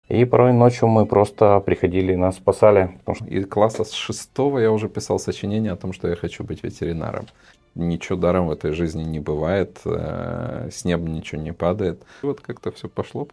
И порой ночью мы просто приходили и нас спасали. И класса с 6 я уже писал сочинение о том, что я хочу быть ветеринаром. Ничего даром в этой жизни не бывает, с неба ничего не падает. И вот как-то все пошло.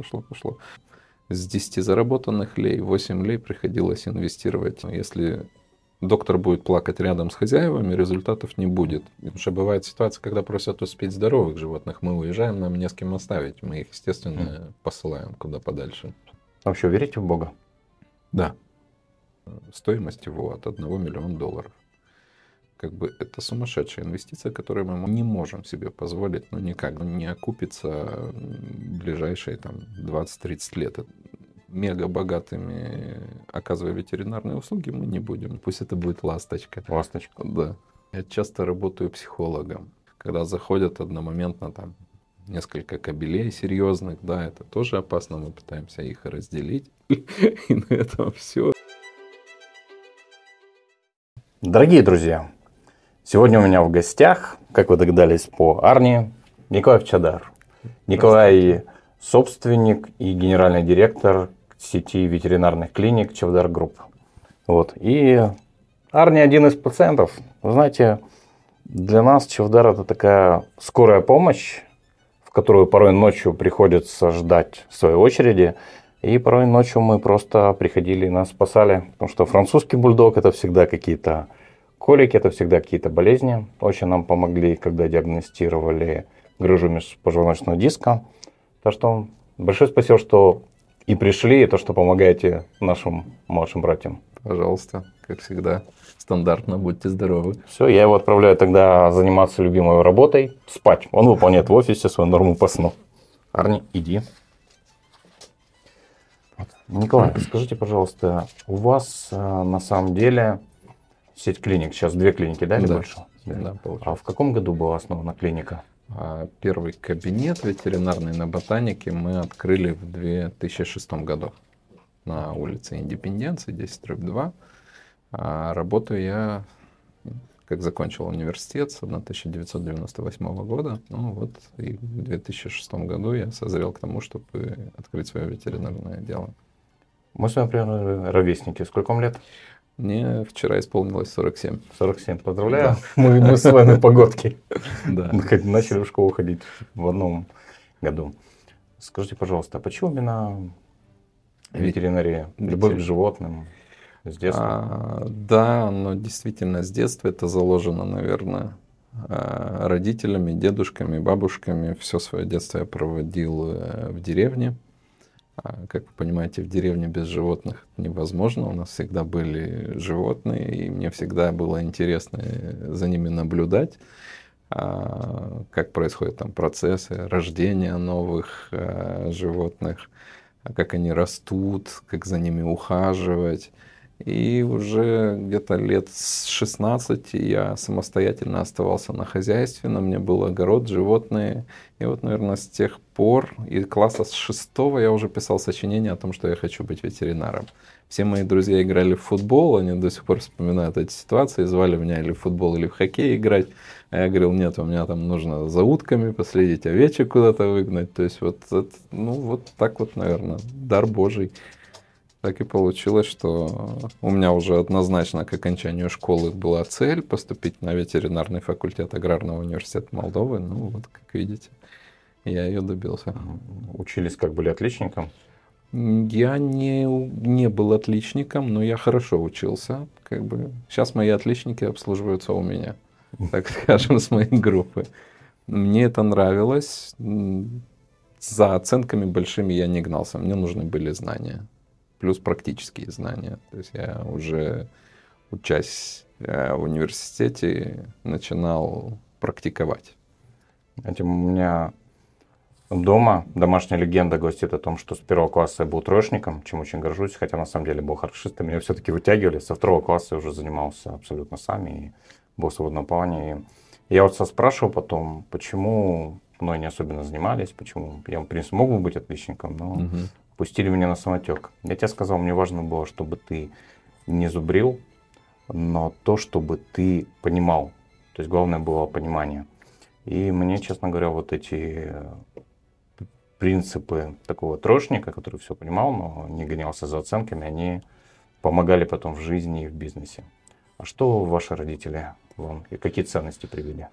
С 10 заработанных лей 8 лей приходилось инвестировать. Если доктор будет плакать рядом с хозяевами, результатов не будет. Потому что бывает ситуация, когда просят успеть здоровых животных, мы уезжаем, нам не с кем оставить. Мы их, естественно, посылаем куда подальше. Вообще верите в Бога? Да. Стоимость его от $1 миллиона. Как бы это сумасшедшая инвестиция, которую мы не можем себе позволить, никак не окупится в ближайшие 20-30 лет. Мега богатыми, оказывая ветеринарные услуги, мы не будем. Пусть это будет ласточка. Ласточка. Да. Я часто работаю психологом. Когда заходят одномоментно несколько кобелей серьезных, да, это тоже опасно, мы пытаемся их разделить. И на этом все. Дорогие друзья, сегодня у меня в гостях, как вы догадались по Арни, Николай Чадар. Николай собственник и генеральный директор сети ветеринарных клиник Чавдар Групп. Вот. И Арни один из пациентов. Вы знаете, для нас Чавдар это такая скорая помощь, в которую порой ночью приходится ждать своей очереди. И порой ночью мы просто приходили и нас спасали. Потому что французский бульдог это всегда какие-то колики, это всегда какие-то болезни. Очень нам помогли, когда диагностировали грыжу межпозвоночного диска. Так что большое спасибо, что и пришли, и то, что помогаете нашим младшим братьям. Пожалуйста, как всегда, стандартно, будьте здоровы. Все, я его отправляю тогда заниматься любимой работой, спать. Он выполняет в офисе свою норму по сну. Арни, иди. Николай, скажите, пожалуйста, у вас на самом деле сеть клиник, сейчас 2 клиники, да, или Да. больше? Да, получается. А в каком году была основана клиника? Первый кабинет ветеринарный на Ботанике мы открыли в 2006 году на улице Индепенденции, 10/2. Работаю я, как закончил университет, с 1998 года. И в 2006 году я созрел к тому, чтобы открыть свое ветеринарное дело. Мы с вами примерно ровесники. Сколько вам лет? Мне вчера исполнилось 47. 47. Поздравляю. Да. Мы с вами погодки. Да. Начали в школу ходить в одном году. Скажите, пожалуйста, а почему именно ветеринария? Любовь к животным с детства? Да, но действительно с детства это заложено, наверное, родителями, дедушками, бабушками. Все свое детство я проводил в деревне. Как вы понимаете, в деревне без животных невозможно. У нас всегда были животные, и мне всегда было интересно за ними наблюдать, как происходят там процессы рождения новых животных, как они растут, как за ними ухаживать. И уже где-то лет с 16 я самостоятельно оставался на хозяйстве, у меня был огород, животные. И вот, наверное, с тех пор, и класса с 6 я уже писал сочинение о том, что я хочу быть ветеринаром. Все мои друзья играли в футбол, они до сих пор вспоминают эти ситуации, звали меня или в футбол, или в хоккей играть. А я говорил, нет, у меня там нужно за утками последить, овечек куда-то выгнать. То есть вот так вот, наверное, дар Божий. Так и получилось, что у меня уже однозначно к окончанию школы была цель поступить на ветеринарный факультет Аграрного университета Молдовы. Как видите, я ее добился. Учились, как были отличником? Я не был отличником, но я хорошо учился. Сейчас мои отличники обслуживаются у меня, так скажем, с моей группы. Мне это нравилось. За оценками большими я не гнался. Мне нужны были знания. Плюс практические знания. То есть я уже, учась в университете, начинал практиковать. У меня дома домашняя легенда гласит о том, что с 1 класса я был троечником, чем очень горжусь, хотя на самом деле был хорошистом. Меня все-таки вытягивали. Со 2 класса я уже занимался абсолютно сам и был в свободном плавании. Я вот спрашивал потом, почему мной не особенно занимались, почему я, в принципе, мог бы быть отличником, но пустили меня на самотек. Я тебе сказал, мне важно было, чтобы ты не зубрил, но то, чтобы ты понимал. То есть главное было понимание. И мне, честно говоря, вот эти принципы такого трошника, который все понимал, но не гонялся за оценками, они помогали потом в жизни и в бизнесе. А что ваши родители вам и какие ценности привели?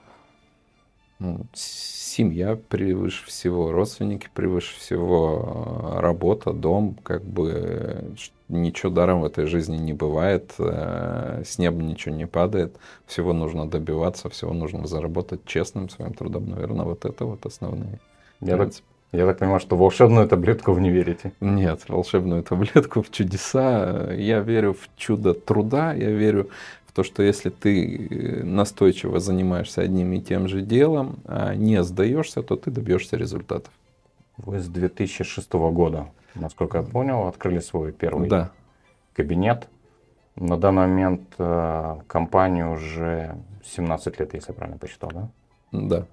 Семья превыше всего, родственники превыше всего, работа, дом, как бы ничего даром в этой жизни не бывает, с неба ничего не падает, всего нужно добиваться, всего нужно заработать честным своим трудом, наверное, вот это вот основные принципы. Я так понимаю, что в волшебную таблетку вы не верите? Нет, волшебную таблетку, в чудеса. Я верю в чудо труда, я верю в то, что если ты настойчиво занимаешься одним и тем же делом, а не сдаешься, то ты добьешься результатов. Вы с 2006 года, насколько я понял, открыли свой первый кабинет. На данный момент компании уже 17 лет, если я правильно посчитал, да? Да.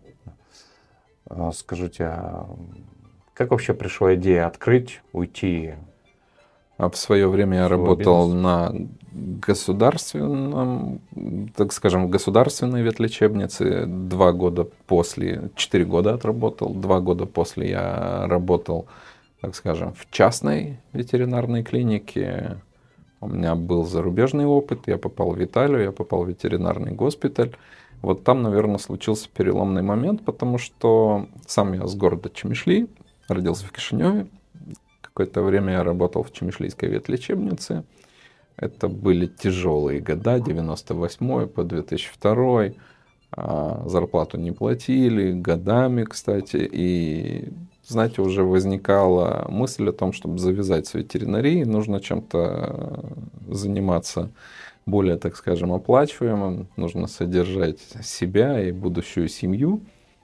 Скажите, как вообще пришла идея открыть, уйти? В свое время я работал на государственном, так скажем, государственной ветлечебнице 2 года после, 4 года отработал, 2 года после я работал, так скажем, в частной ветеринарной клинике. У меня был зарубежный опыт, я попал в Италию, я попал в ветеринарный госпиталь. Вот там, наверное, случился переломный момент, потому что сам я с города Чемишли, родился в Кишиневе. Какое-то время я работал в Чемишлийской ветлечебнице. Это были тяжелые года, 98 по 2002. Зарплату не платили, годами, кстати. И, знаете, уже возникала мысль о том, чтобы завязать с ветеринарией, нужно чем-то заниматься более, так скажем, оплачиваемым, нужно содержать себя и будущую семью.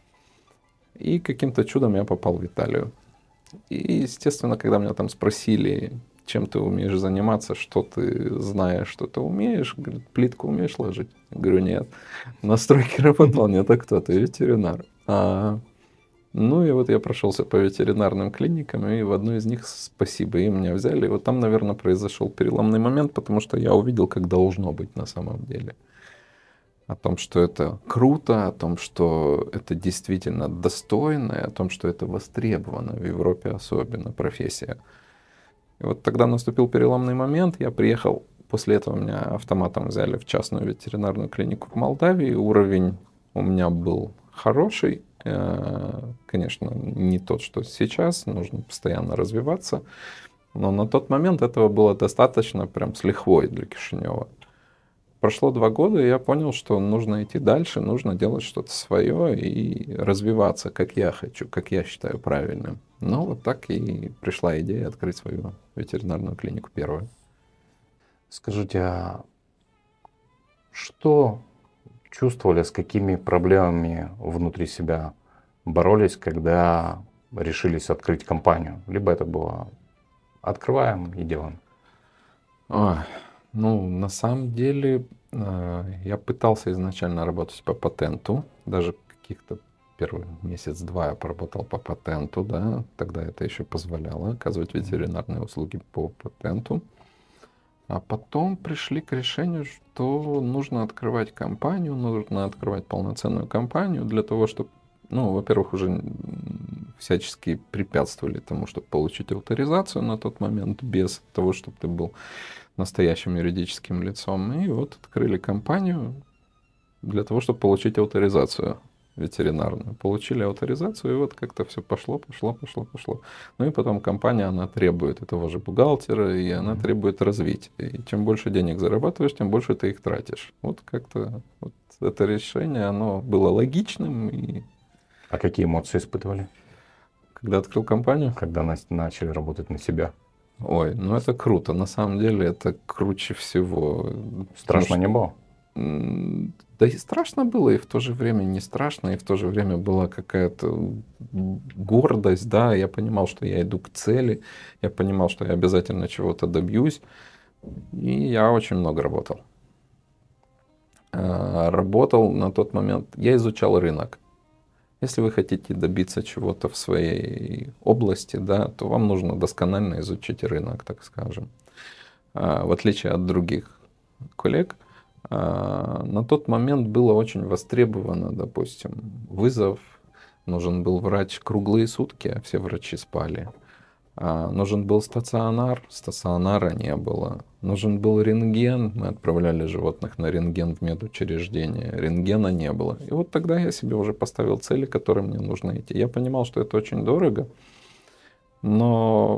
И каким-то чудом я попал в Италию. И, естественно, когда меня там спросили, чем ты умеешь заниматься, что ты знаешь, что ты умеешь, говорят, плитку умеешь ложить? Я говорю, нет. На стройке работал, нет, а кто? Ты ветеринар. Ну и вот я прошелся по ветеринарным клиникам, и в одну из них, спасибо, и меня взяли. И вот там, наверное, произошел переломный момент, потому что я увидел, как должно быть на самом деле. О том, что это круто, о том, что это действительно достойно, о том, что это востребовано в Европе особенно профессия. И вот тогда наступил переломный момент, я приехал, после этого меня автоматом взяли в частную ветеринарную клинику в Молдавии, уровень у меня был хороший, конечно, не тот, что сейчас, нужно постоянно развиваться, но на тот момент этого было достаточно прям с лихвой для Кишинева. Прошло 2 года, и я понял, что нужно идти дальше, нужно делать что-то свое и развиваться, как я хочу, как я считаю правильным. Ну, вот так и пришла идея открыть свою ветеринарную клинику первую. Скажите, а что чувствовали, с какими проблемами внутри себя боролись, когда решились открыть компанию? Либо это было открываем и делаем? Ну, на самом деле, я пытался изначально работать по патенту. Даже каких-то первый месяц-два я поработал по патенту, да. Тогда это еще позволяло оказывать ветеринарные услуги по патенту. А потом пришли к решению, что нужно открывать компанию, нужно открывать полноценную компанию для того, чтобы, ну, во-первых, уже всячески препятствовали тому, чтобы получить авторизацию на тот момент, без того, чтобы ты был настоящим юридическим лицом. И вот открыли компанию для того, чтобы получить авторизацию ветеринарную. Получили авторизацию, и вот как-то все пошло. Ну и потом компания, она требует этого же бухгалтера, и она требует развития. И чем больше денег зарабатываешь, тем больше ты их тратишь. Вот как-то вот это решение, оно было логичным. А какие эмоции испытывали? Когда открыл компанию? Когда начали работать на себя? Ой, ну это круто. На самом деле это круче всего. Страшно не было? Да и страшно было, и в то же время не страшно, и в то же время была какая-то гордость, да, я понимал, что я иду к цели, я понимал, что я обязательно чего-то добьюсь, и я очень много работал. Работал на тот момент, я изучал рынок. Если вы хотите добиться чего-то в своей области, да, то вам нужно досконально изучить рынок, так скажем. В отличие от других коллег, на тот момент было очень востребовано, допустим, вызов, Нужен был врач круглые сутки, а все врачи спали. Нужен был стационар, стационара не было. Нужен был рентген, мы отправляли животных на рентген в медучреждение, рентгена не было. И вот тогда я себе уже поставил цели, к которым мне нужно идти. Я понимал, что это очень дорого, но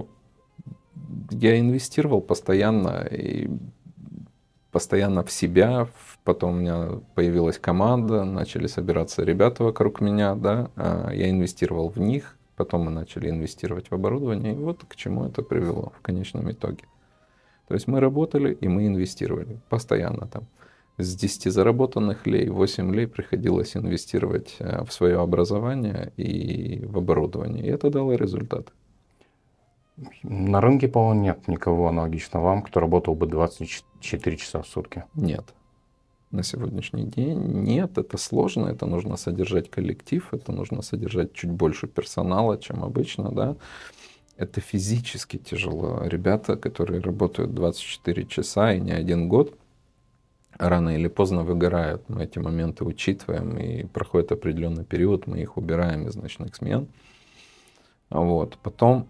я инвестировал постоянно, и постоянно в себя. Потом у меня появилась команда, начали собираться ребята вокруг меня, да, я инвестировал в них. Потом мы начали инвестировать в оборудование, и вот к чему это привело в конечном итоге. То есть мы работали и мы инвестировали постоянно там. С 10 заработанных лей 8 лей приходилось инвестировать в свое образование и в оборудование. И это дало результат. На рынке, по-моему, нет никого аналогичного вам, кто работал бы 24 часа в сутки. Нет. На сегодняшний день нет, это сложно, это нужно содержать коллектив, это нужно содержать чуть больше персонала, чем обычно, да. Это физически тяжело. Ребята, которые работают 24 часа и не один год, рано или поздно выгорают. Мы эти моменты учитываем, и проходит определенный период, мы их убираем из ночных смен. Вот. Потом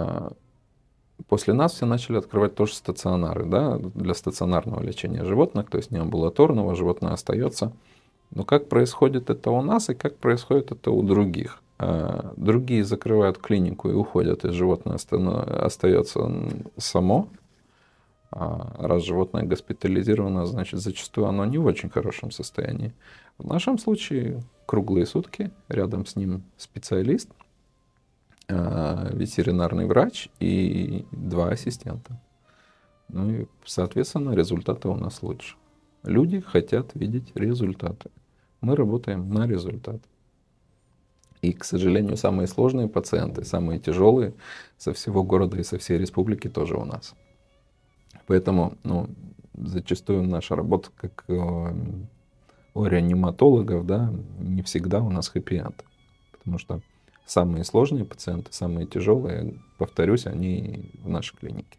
после нас все начали открывать тоже стационары, да, для стационарного лечения животных, то есть не амбулаторного, животное остается. Но как происходит это у нас и как происходит это у других? Другие закрывают клинику и уходят, и животное остается само. Раз животное госпитализировано, значит, зачастую оно не в очень хорошем состоянии. В нашем случае круглые сутки, рядом с ним специалист, ветеринарный врач и 2 ассистента. Ну и, соответственно, результаты у нас лучше. Люди хотят видеть результаты. Мы работаем на результат. И, к сожалению, самые сложные пациенты, самые тяжелые со всего города и со всей республики тоже у нас. Поэтому, зачастую наша работа как у реаниматологов, да, не всегда у нас хэппи-энд. Потому что самые сложные пациенты, самые тяжелые, повторюсь, они в нашей клинике.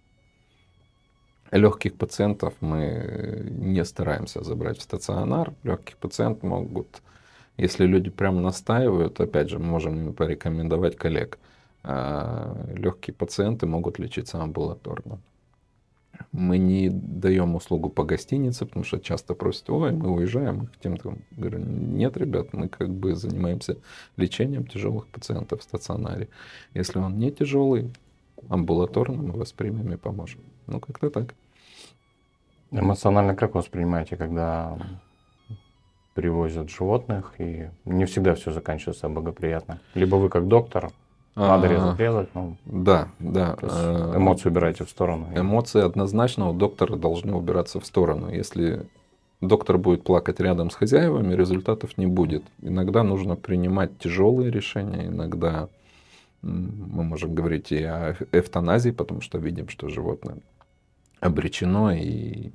Легких пациентов мы не стараемся забрать в стационар. Легких пациентов могут, если люди прям настаивают, опять же, мы можем им порекомендовать коллег. Легкие пациенты могут лечиться амбулаторно. Мы не даем услугу по гостинице, потому что часто просят, ой, мы уезжаем, мы хотим. Говорю, нет, ребят, мы как бы занимаемся лечением тяжелых пациентов в стационаре. Если он не тяжелый, амбулаторно мы воспримем и поможем. Как-то так. Эмоционально как воспринимаете, когда привозят животных, и не всегда все заканчивается благоприятно? Либо вы как доктор, надо резать. Да. Эмоции убираете в сторону. Эмоции однозначно у доктора должны убираться в сторону. Если доктор будет плакать рядом с хозяевами, результатов не будет. Иногда нужно принимать тяжелые решения, иногда мы можем говорить и о эвтаназии, потому что видим, что животное обречено, и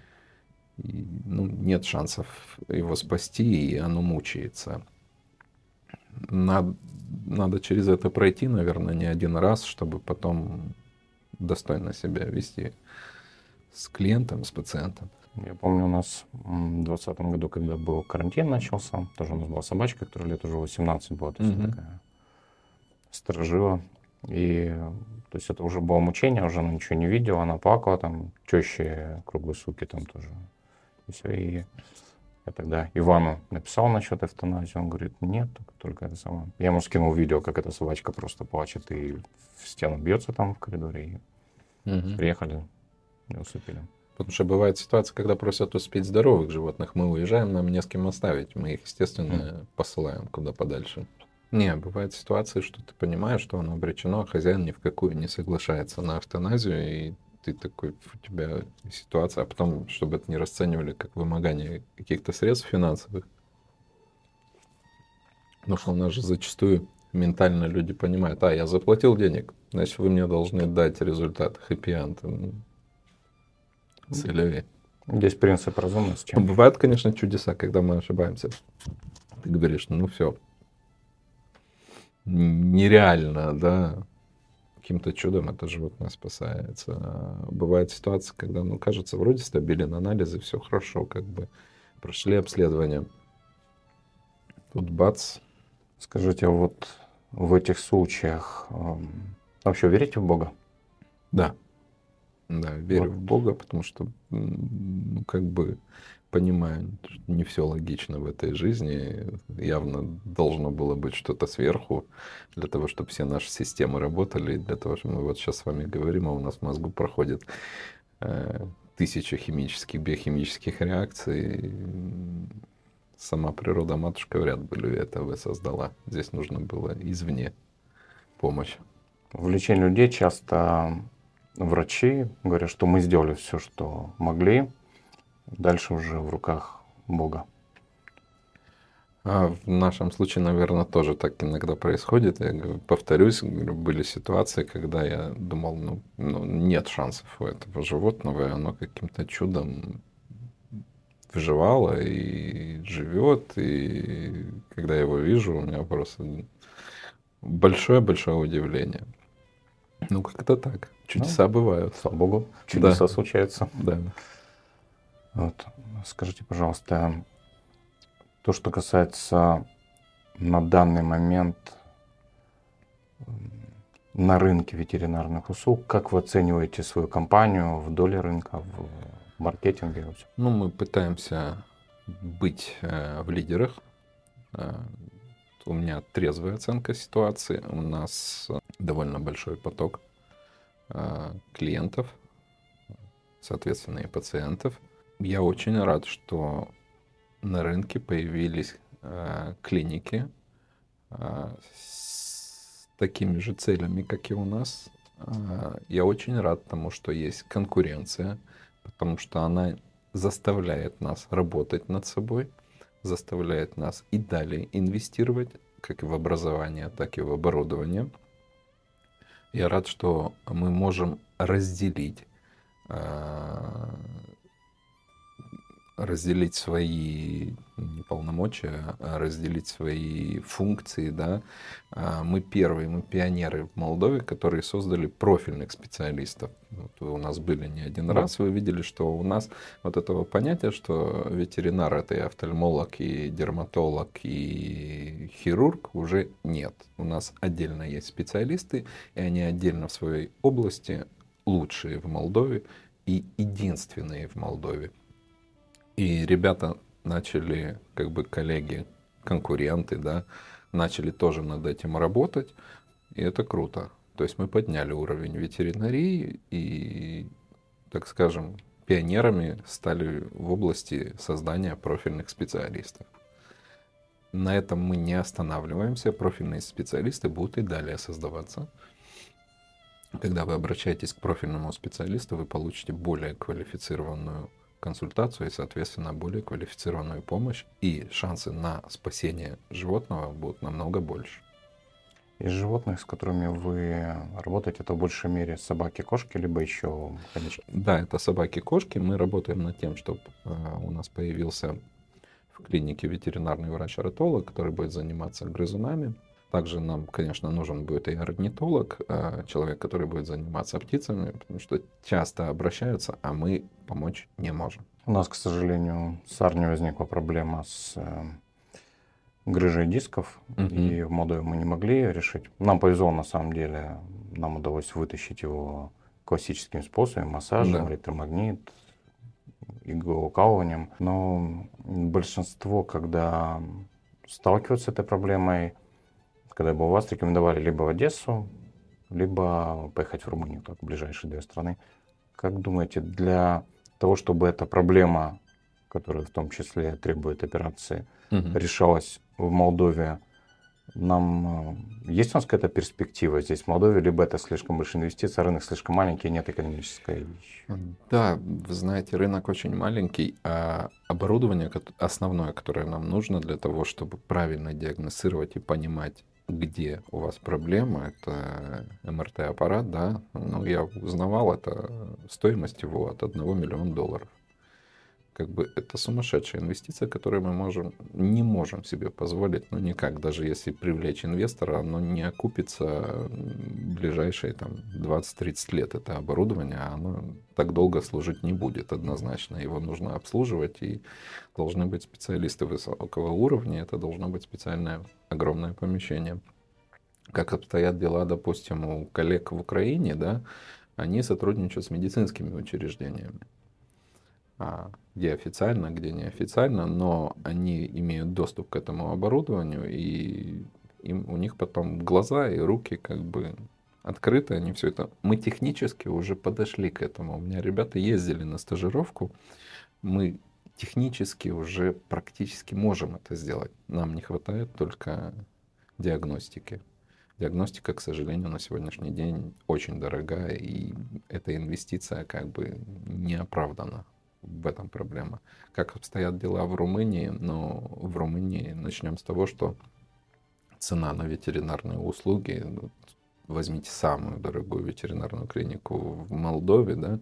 нет шансов его спасти, и оно мучается. Надо через это пройти, наверное, не один раз, чтобы потом достойно себя вести с клиентом, с пациентом. Я помню, у нас в 2020 году, когда был карантин начался, тоже у нас была собачка, которая лет уже 18 была, то есть такая сторожила. И то есть это уже было мучение, уже она ничего не видела, она плакала, там тещи круглые сутки там тоже. И все, и я тогда Ивану написал насчет эвтаназии, он говорит, нет, только это самое. Я ему скинул видео, как эта собачка просто плачет и в стену бьется там в коридоре. И приехали и усыпили. Потому что бывает ситуация, когда просят успеть здоровых животных, мы уезжаем, нам не с кем оставить, мы их, естественно, посылаем куда подальше. Не, бывает ситуация, что ты понимаешь, что оно обречено, а хозяин ни в какую не соглашается на эвтаназию, и ты такой, у тебя ситуация, а потом, чтобы это не расценивали как вымогание каких-то средств финансовых. Потому что у нас же зачастую ментально люди понимают, я заплатил денег, значит, вы мне должны дать результат, хэппи-энд. Целевее. Здесь принцип разумности. Бывают, конечно, чудеса, когда мы ошибаемся. Ты говоришь, все. Нереально, да. Каким-то чудом это животное спасается. Бывает ситуация, когда, кажется, вроде стабилен анализы, все хорошо, как бы прошли обследование. Тут бац, Скажите, а вот в этих случаях вообще верите в Бога? Да, да, верю Вот. в Бога, потому что, ну, как бы понимаю, что не все логично в этой жизни. Явно должно было быть что-то сверху для того, чтобы все наши системы работали, и для того, чтобы мы вот сейчас с вами говорим, а у нас в мозгу проходит э, тысячи химических, биохимических реакций. Сама природа матушка вряд бы это создала. Здесь нужно было извне помощь. В лечении людей часто врачи говорят, что мы сделали все, что могли, дальше уже в руках Бога. А в нашем случае, наверное, тоже так иногда происходит. Я повторюсь, были ситуации, когда я думал, ну, нет шансов у этого животного, и оно каким-то чудом выживало и живет. И когда я его вижу, у меня просто большое-большое удивление. Ну, как-то так. Чудеса бывают. Слава Богу, чудеса Да. случаются. Да. Вот. Скажите, пожалуйста, то, что касается на данный момент на рынке ветеринарных услуг, как вы оцениваете свою компанию в доле рынка, в маркетинге? Ну, мы пытаемся быть в лидерах. У меня трезвая оценка ситуации. У нас довольно большой поток клиентов, соответственно, и пациентов. Я очень рад, что на рынке появились клиники с такими же целями, как и у нас. Я очень рад тому, что есть конкуренция, потому что она заставляет нас работать над собой, заставляет нас и далее инвестировать, как и в образование, так и в оборудование. Я рад, что мы можем разделить свои не полномочия, а разделить свои функции, да. Мы первые, мы пионеры в Молдове, которые создали профильных специалистов. Вот вы у нас были не один раз, вы видели, что у нас вот этого понятия, что ветеринар — это и офтальмолог, и дерматолог, и хирург, уже нет. У нас отдельно есть специалисты, и они отдельно в своей области лучшие в Молдове и единственные в Молдове. И ребята начали, как бы коллеги, конкуренты, да, начали тоже над этим работать, и это круто. То есть мы подняли уровень ветеринарии и, так скажем, пионерами стали в области создания профильных специалистов. На этом мы не останавливаемся, профильные специалисты будут и далее создаваться. Когда вы обращаетесь к профильному специалисту, вы получите более квалифицированную консультацию и, соответственно, более квалифицированную помощь, и шансы на спасение животного будут намного больше. Из животных, с которыми вы работаете, это в большей мере собаки, кошки, либо еще хомячки? Да, это собаки-кошки. Мы работаем над тем, чтобы у нас появился в клинике ветеринарный врач-орнитолог, который будет заниматься грызунами. Также нам, конечно, нужен будет и орнитолог, человек, который будет заниматься птицами, потому что часто обращаются, а мы помочь не можем. У нас, к сожалению, с Арни возникла проблема с грыжей дисков, и в Молдове мы не могли решить. Нам повезло, на самом деле, нам удалось вытащить его классическим способом, массажем, электромагнит, иглоукалыванием. Но большинство, когда сталкиваются с этой проблемой, когда я был у вас, рекомендовали либо в Одессу, либо поехать в Румынию, как ближайшие две страны. Как думаете, для того, чтобы эта проблема, которая в том числе требует операции, решалась в Молдове, нам есть у нас какая-то перспектива здесь, в Молдове, либо это слишком большие инвестиции, рынок слишком маленький, нет экономической... Да, вы знаете, рынок очень маленький, а оборудование основное, которое нам нужно для того, чтобы правильно диагностировать и понимать, где у вас проблема, это МРТ-аппарат, да. Ну, я узнавал, это стоимость его от $1 миллиона. как бы это сумасшедшая инвестиция, которую мы не можем себе позволить, ну никак, даже если привлечь инвестора, оно не окупится в ближайшие там 20-30 лет. Это оборудование, а оно так долго служить не будет однозначно. Его нужно обслуживать, и должны быть специалисты высокого уровня, это должно быть специальное огромное помещение. Как обстоят дела, допустим, у коллег в Украине, да, они сотрудничают с медицинскими учреждениями. Где официально, где неофициально, но они имеют доступ к этому оборудованию, и у них потом глаза и руки как бы открыты, они все это... Мы технически уже подошли к этому. У меня ребята ездили на стажировку, мы технически уже практически можем это сделать. Нам не хватает только диагностики. Диагностика, к сожалению, на сегодняшний день очень дорогая, и эта инвестиция как бы не оправдана. В этом проблема. Как обстоят дела в Румынии? Но в Румынии начнем с того, что цена на ветеринарные услуги, возьмите самую дорогую ветеринарную клинику в Молдове, да,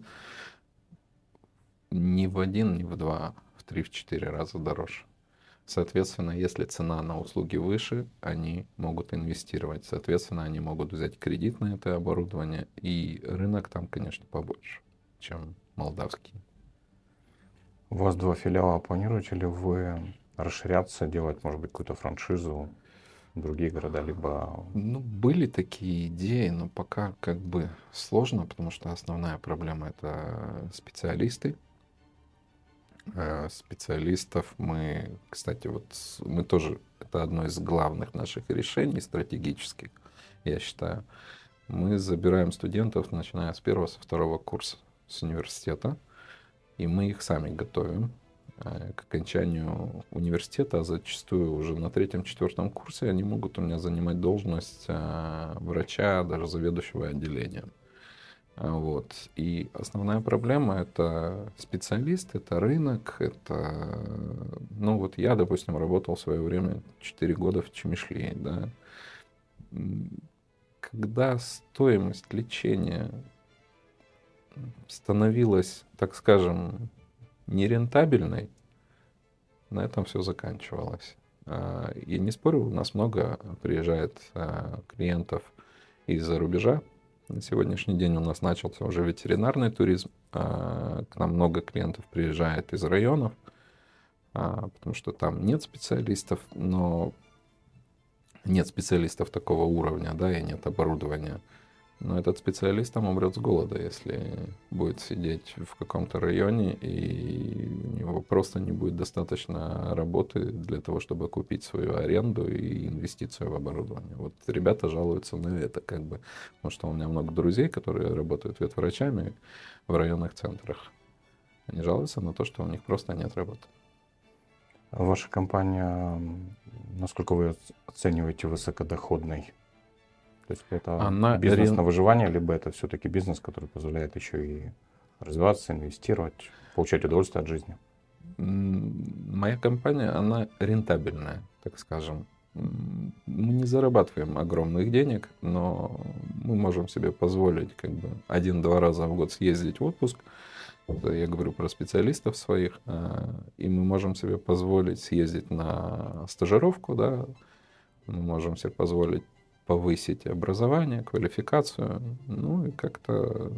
ни в один, ни в два, в 3-4 раза дороже. Соответственно, если цена на услуги выше, они могут инвестировать. Соответственно, они могут взять кредит на это оборудование, и рынок там, конечно, побольше, чем молдавский. У вас 2 филиала. Планируете ли вы расширяться, делать, может быть, какую-то франшизу в другие города, либо... Ну, были такие идеи, но пока как бы сложно, потому что основная проблема — это специалисты. Специалистов мы, кстати, вот мы тоже, это одно из главных наших решений стратегических, я считаю. Мы забираем студентов, начиная с 1-2 курса с университета, и мы их сами готовим к окончанию университета, а зачастую уже на 3-4 курсе они могут у меня занимать должность врача, даже заведующего отделением. Вот. И основная проблема — это специалист, это рынок, это... Ну вот я, допустим, работал в свое время 4 года в Чемишлии, да. Когда стоимость лечения становилась, так скажем, нерентабельной, на этом все заканчивалось. Я не спорю, у нас много приезжает клиентов из-за рубежа. На сегодняшний день у нас начался уже ветеринарный туризм. К нам много клиентов приезжает из районов, потому что там нет специалистов, но нет специалистов такого уровня, да, и нет оборудования. Но этот специалист там умрет с голода, если будет сидеть в каком-то районе, и у него просто не будет достаточно работы для того, чтобы купить свою аренду и инвестицию в оборудование. Вот ребята жалуются на это, как бы, потому что у меня много друзей, которые работают ветврачами в районных центрах. Они жалуются на то, что у них просто нет работы. Ваша компания, насколько вы оцениваете, высокодоходной? То есть это бизнес на выживание, либо это все-таки бизнес, который позволяет еще и развиваться, инвестировать, получать удовольствие от жизни? Моя компания, она рентабельная, так скажем. Мы не зарабатываем огромных денег, но мы можем себе позволить как бы 1-2 раза в год съездить в отпуск. Это я говорю про специалистов своих. И мы можем себе позволить съездить на стажировку, да. Мы можем себе позволить повысить образование, квалификацию, ну и как-то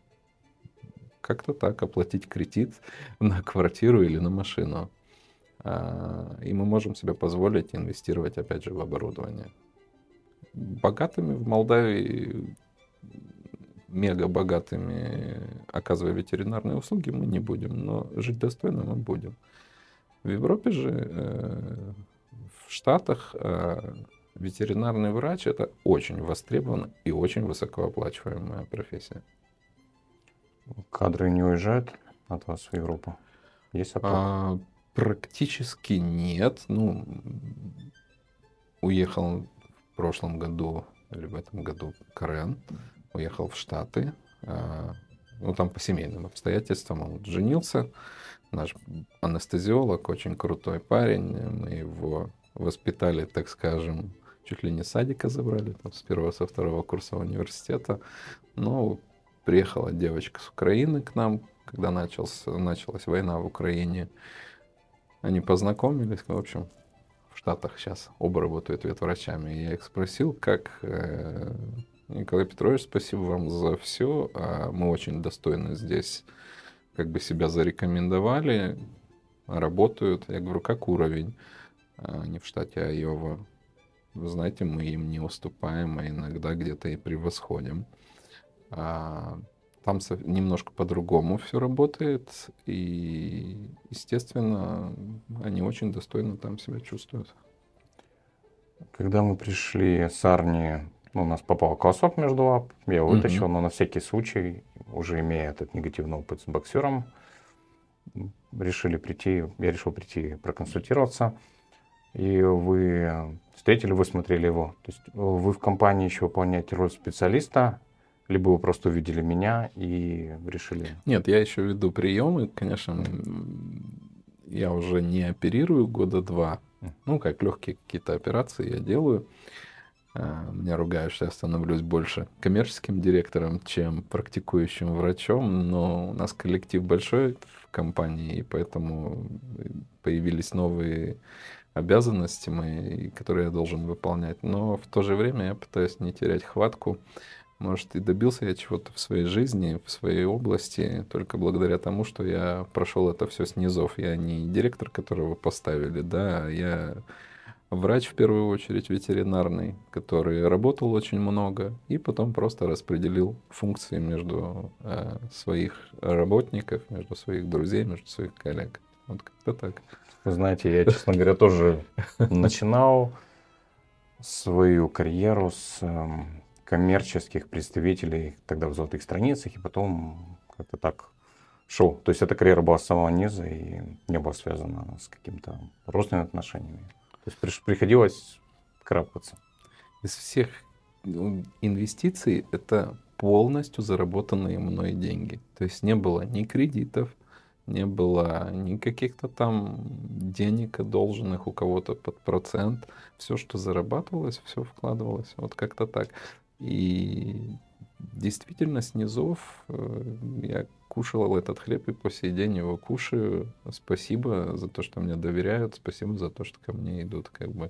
так оплатить кредит на квартиру или на машину. И мы можем себе позволить инвестировать, опять же, в оборудование. Богатыми в Молдавии, мега богатыми, оказывая ветеринарные услуги, мы не будем, но жить достойно мы будем. В Европе же, в Штатах, ветеринарный врач — это очень востребованная и очень высокооплачиваемая профессия. Кадры не уезжают от вас в Европу? Есть отток? Практически нет. Ну, уехал в прошлом году или в этом году Карен, уехал в Штаты. Ну, там по семейным обстоятельствам он женился. Наш анестезиолог, очень крутой парень. Мы его воспитали, так скажем, чуть ли не с садика забрали, там, с 1-2 курса университета. Но приехала девочка с Украины к нам, когда началась война в Украине. Они познакомились, в общем, в Штатах сейчас оба работают ветврачами. Я их спросил, как... Николай Петрович, спасибо вам за все. Мы очень достойно здесь как бы себя зарекомендовали, работают. Я говорю, как уровень? Они в штате Айова. Вы знаете, мы им не уступаем, а иногда где-то и превосходим. Там немножко по-другому все работает, и, естественно, они очень достойно там себя чувствуют. Когда мы пришли с Арни, у нас попал колосок между лап, я его вытащил, но на всякий случай, уже имея этот негативный опыт с боксером, я решил прийти проконсультироваться. И вы встретили, вы смотрели его. То есть вы в компании еще выполняете роль специалиста, либо вы просто увидели меня и решили... Нет, я еще веду приемы, конечно, я уже не оперирую года 2. Ну, как легкие какие-то операции я делаю. Меня ругают, что я становлюсь больше коммерческим директором, чем практикующим врачом, но у нас коллектив большой в компании, и поэтому появились новые обязанности мои, которые я должен выполнять. Но в то же время я пытаюсь не терять хватку. Может, и добился я чего-то в своей жизни, в своей области, только благодаря тому, что я прошел это все с низов. Я не директор, которого поставили, да, я врач, в первую очередь, ветеринарный, который работал очень много и потом просто распределил функции между своих работников, между своих друзей, между своих коллег. Вот как-то так. Вы знаете, я, честно говоря, тоже начинал свою карьеру с коммерческих представителей тогда в «Золотых страницах», и потом как-то так шел. То есть эта карьера была с самого низа и не была связана с какими-то родственными отношениями. То есть приходилось карабкаться. Из всех инвестиций это полностью заработанные мной деньги. То есть не было ни кредитов, не было ни каких-то там денег, одолженных у кого-то под процент. Все, что зарабатывалось, все вкладывалось. Вот как-то так. И действительно, с низов я кушал этот хлеб и по сей день его кушаю. Спасибо за то, что мне доверяют. Спасибо за то, что ко мне идут, как бы.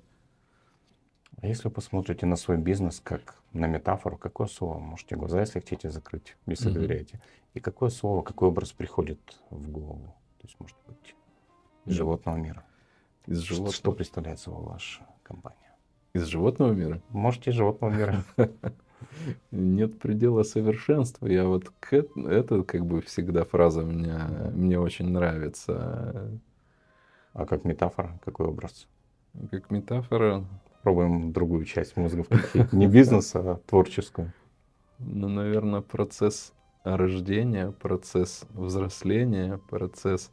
А если вы посмотрите на свой бизнес как на метафору, какое слово, можете глаза, если хотите, закрыть, если доверяете, и какое слово, какой образ приходит в голову? То есть, может быть, из животного мира. Из животного. Что представляет собой ваша компания? Из животного мира? Можете из животного мира. Нет предела совершенства. Я вот это как бы всегда фраза мне очень нравится. А как метафора, какой образ? Как метафора. Пробуем другую часть мозга включить. Не бизнес, а творческую. Ну, наверное, процесс рождения, процесс взросления, процесс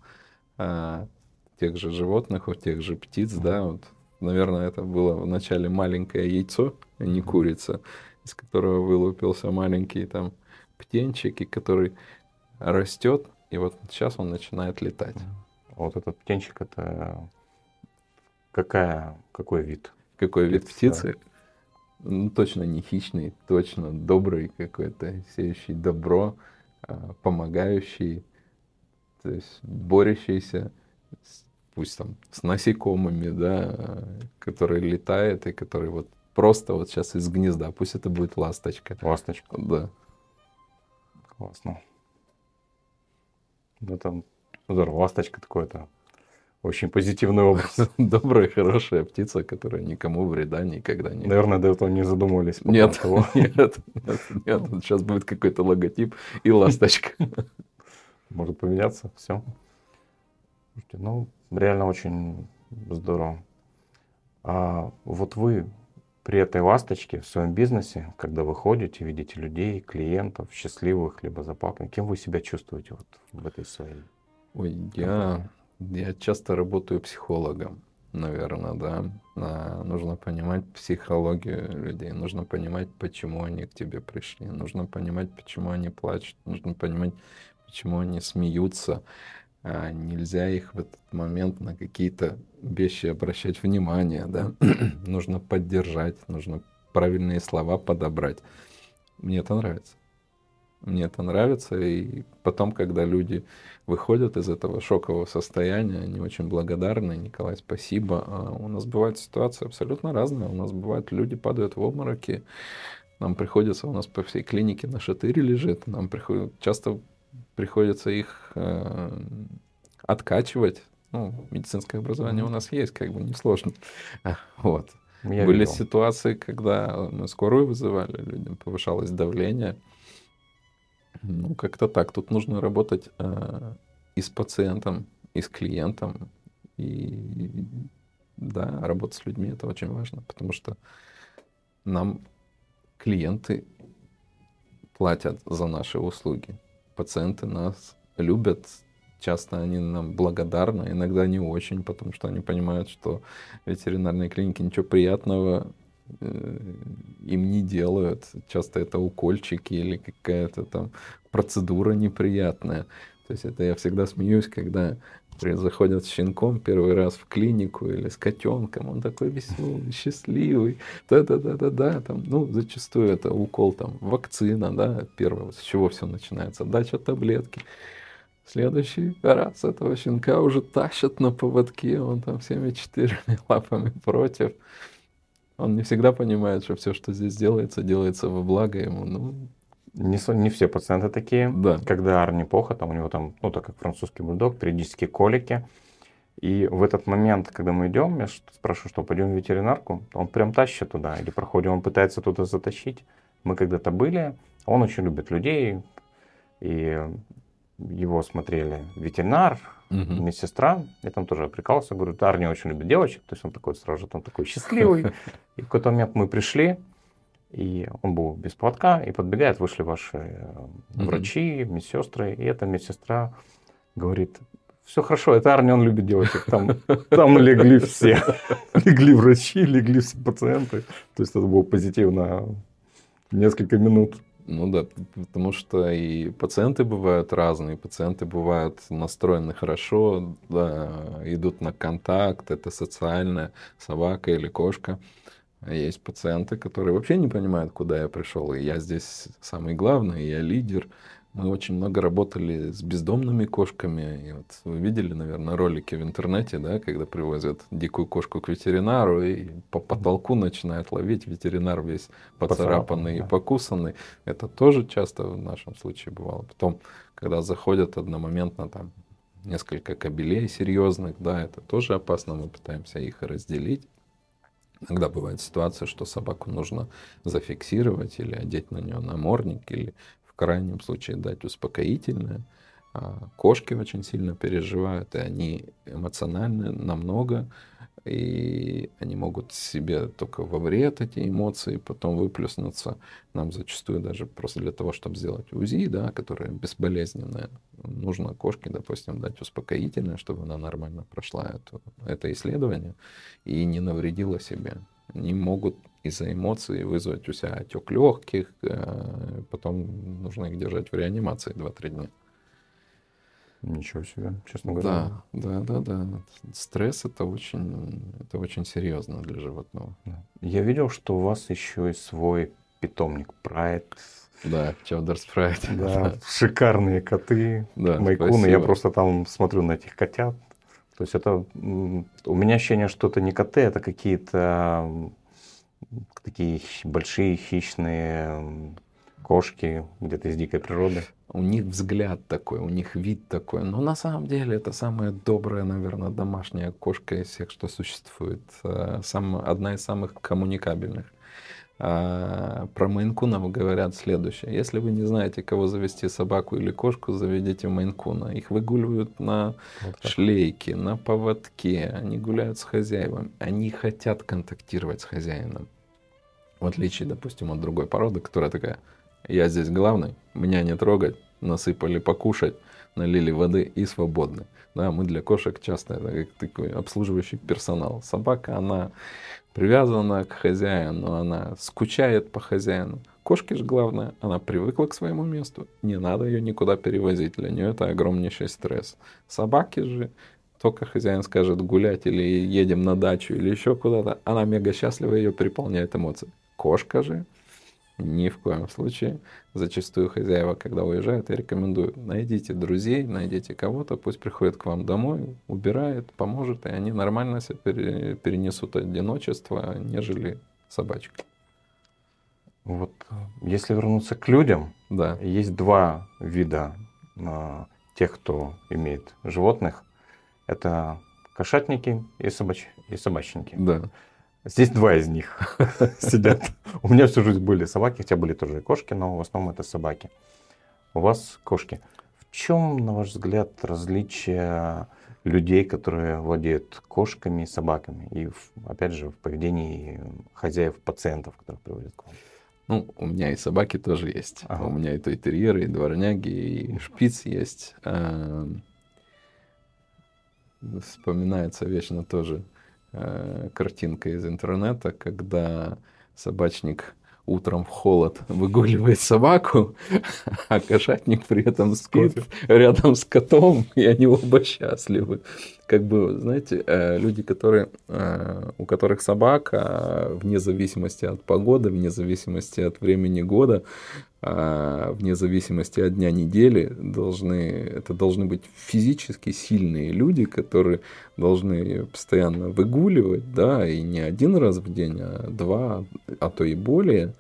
тех же животных, у тех же птиц, да, вот, наверное, это было вначале маленькое яйцо, а не курица, из которого вылупился маленький там птенчик, и который растет, и вот сейчас он начинает летать. Вот этот птенчик, это какой вид? Какой вид птицы? Да. Ну, точно не хищный, точно добрый какой-то, сеющий добро, помогающий, то есть борющийся, пусть там с насекомыми, да, который летает и который вот просто вот сейчас из гнезда, пусть это будет ласточка. Ласточка? Да. Классно. Ну, там здорово, ласточка такой-то. Очень позитивный образ. Добрая, хорошая птица, которая никому вреда никогда не... Наверное, до этого не задумывались. Нет. Сейчас будет какой-то логотип и ласточка. Может поменяться, все. Ну, реально очень здорово. А вот вы при этой ласточке в своем бизнесе, когда вы ходите, видите людей, клиентов, счастливых, либо заплаканных, кем вы себя чувствуете вот в этой своей... Ой, я часто работаю психологом, наверное, да. Нужно понимать психологию людей, нужно понимать, почему они к тебе пришли, нужно понимать, почему они плачут, нужно понимать, почему они смеются. Нельзя их в этот момент на какие-то вещи обращать внимание, да. Нужно поддержать, нужно правильные слова подобрать. Мне это нравится. Мне это нравится. И потом, когда люди выходят из этого шокового состояния, они очень благодарны. Николай, спасибо. А у нас бывают ситуации абсолютно разные. У нас бывают, люди падают в обмороки. Нам приходится, у нас по всей клинике на шатыре лежит. Нам часто приходится их откачивать. Ну, медицинское образование у нас есть, как бы несложно. Вот. Были ситуации, когда мы скорую вызывали, людям повышалось давление. Ну, как-то так. Тут нужно работать и с пациентом, и с клиентом. И да, работать с людьми — это очень важно, потому что нам клиенты платят за наши услуги. Пациенты нас любят. Часто они нам благодарны, иногда не очень, потому что они понимают, что ветеринарные клиники ничего приятного им не делают. Часто это укольчики или какая-то там процедура неприятная. То есть это я всегда смеюсь, когда заходят с щенком первый раз в клинику или с котенком, он такой веселый, счастливый, да, там, ну, зачастую это укол, там, вакцина, да, первое, с чего все начинается, дача таблетки. Следующий раз этого щенка уже тащат на поводке, он там всеми 4 лапами против. Он не всегда понимает, что все, что здесь делается во благо ему. Ну, не все пациенты такие. Да. Когда Арни плохо, там у него там, ну, так как французский бульдог, периодически колики. И в этот момент, когда мы идем, я спрашиваю, что пойдем в ветеринарку, он прям тащит туда, или проходим, он пытается туда затащить. Мы когда-то были, он очень любит людей, и его смотрели ветеринар, медсестра, я там тоже прикалывался, говорю, Арни очень любит девочек, то есть он такой сразу же, он такой счастливый. И в какой-то момент мы пришли, и он был без поводка, и подбегает, вышли ваши врачи, медсестры, и эта медсестра говорит, все хорошо, это Арни, он любит девочек, там легли все, легли врачи, легли все пациенты, то есть это был позитив на несколько минут. Ну да, потому что и пациенты бывают разные, пациенты бывают настроены хорошо, да, идут на контакт, это социальная собака или кошка. А есть пациенты, которые вообще не понимают, куда я пришел, и я здесь самый главный, я лидер. Мы очень много работали с бездомными кошками. И вот вы видели, наверное, ролики в интернете, да, когда привозят дикую кошку к ветеринару и по потолку начинают ловить, ветеринар весь поцарапанный и покусанный. Это тоже часто в нашем случае бывало. Потом, когда заходят одномоментно там несколько кобелей серьезных, да, это тоже опасно, мы пытаемся их разделить. Иногда бывает ситуация, что собаку нужно зафиксировать или одеть на нее намордник, или в крайнем случае дать успокоительное. Кошки очень сильно переживают, и они эмоциональны намного, и они могут себе только во вред эти эмоции потом выплеснуться. Нам зачастую даже просто для того, чтобы сделать УЗИ, да, которое безболезненное, нужно кошке, допустим, дать успокоительное, чтобы она нормально прошла это исследование и не навредила себе. Они могут из-за эмоций вызвать у себя отек легких, потом нужно их держать в реанимации 2-3 дня. Ничего себе, честно говоря. Да. Стресс — это очень серьезно для животного. Я видел, что у вас еще и свой питомник Pride. Да, Чодерс Pride. Да, шикарные коты, да, майкуны. Спасибо. Я просто там смотрю на этих котят. То есть это у меня ощущение, что это не коты, это какие-то такие большие хищные кошки где-то из дикой природы. У них взгляд такой, у них вид такой. Но на самом деле это самая добрая, наверное, домашняя кошка из всех, что существует. Одна из самых коммуникабельных. Про мейн-кунов говорят следующее. Если вы не знаете, кого завести, собаку или кошку, заведите мейн-куна. Их выгуливают на шлейке, на поводке. Они гуляют с хозяевами. Они хотят контактировать с хозяином. В отличие, допустим, от другой породы, которая такая: я здесь главный, меня не трогать, насыпали покушать, налили воды и свободны. Да, мы для кошек часто это как такой обслуживающий персонал. Собака, она привязана к хозяину, она скучает по хозяину. Кошке же главное, она привыкла к своему месту, не надо ее никуда перевозить, для нее это огромнейший стресс. Собаке же только хозяин скажет гулять или едем на дачу или еще куда-то, она мега счастлива, ее переполняет эмоции. Кошка же Ни в коем случае. Зачастую хозяева, когда уезжают, я рекомендую: найдите друзей, найдите кого-то, пусть приходит к вам домой, убирает, поможет, и они нормально себе перенесут одиночество, нежели собачка. Вот если вернуться к людям, Да. есть два вида тех, кто имеет животных. Это кошатники и собачники. Да. Здесь два из них сидят. У меня всю жизнь были собаки, хотя были тоже и кошки, но в основном это собаки. У вас кошки. В чем, на ваш взгляд, различие людей, которые владеют кошками и собаками? И, опять же, в поведении хозяев, пациентов, которых приводят к вам? Ну, у меня и собаки тоже есть. Ага. У меня и тойтерьеры, и дворняги, и шпиц есть. Вспоминается вечно тоже картинка из интернета, когда собачник утром в холод выгуливает собаку, а кошатник при этом спит рядом с котом, и они оба счастливы. Как бы, знаете, люди, у которых собака, вне зависимости от погоды, вне зависимости от времени года, вне зависимости от дня недели, это должны быть физически сильные люди, которые должны ее постоянно выгуливать, да, и не один раз в день, а два, а то и более.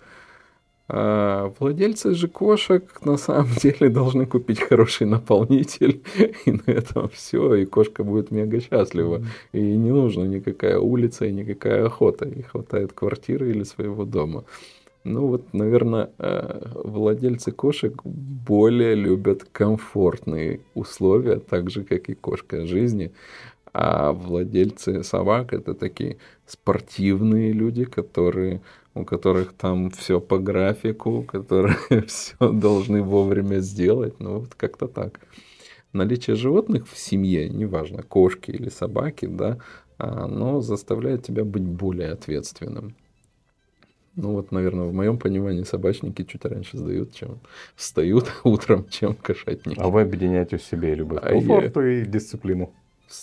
А владельцы же кошек на самом деле должны купить хороший наполнитель, и на этом все, и кошка будет мега счастлива. И не нужна никакая улица и никакая охота, ей хватает квартиры или своего дома. Ну вот, наверное, владельцы кошек более любят комфортные условия, так же, как и кошка жизни. А владельцы собак — это такие спортивные люди, у которых там все по графику, которые все должны вовремя сделать. Ну вот как-то так. Наличие животных в семье, неважно, кошки или собаки, да, оно заставляет тебя быть более ответственным. Ну вот, наверное, в моем понимании собачники чуть раньше встают утром, чем кошатники. А вы объединяете в себе любовь к комфорту и дисциплину.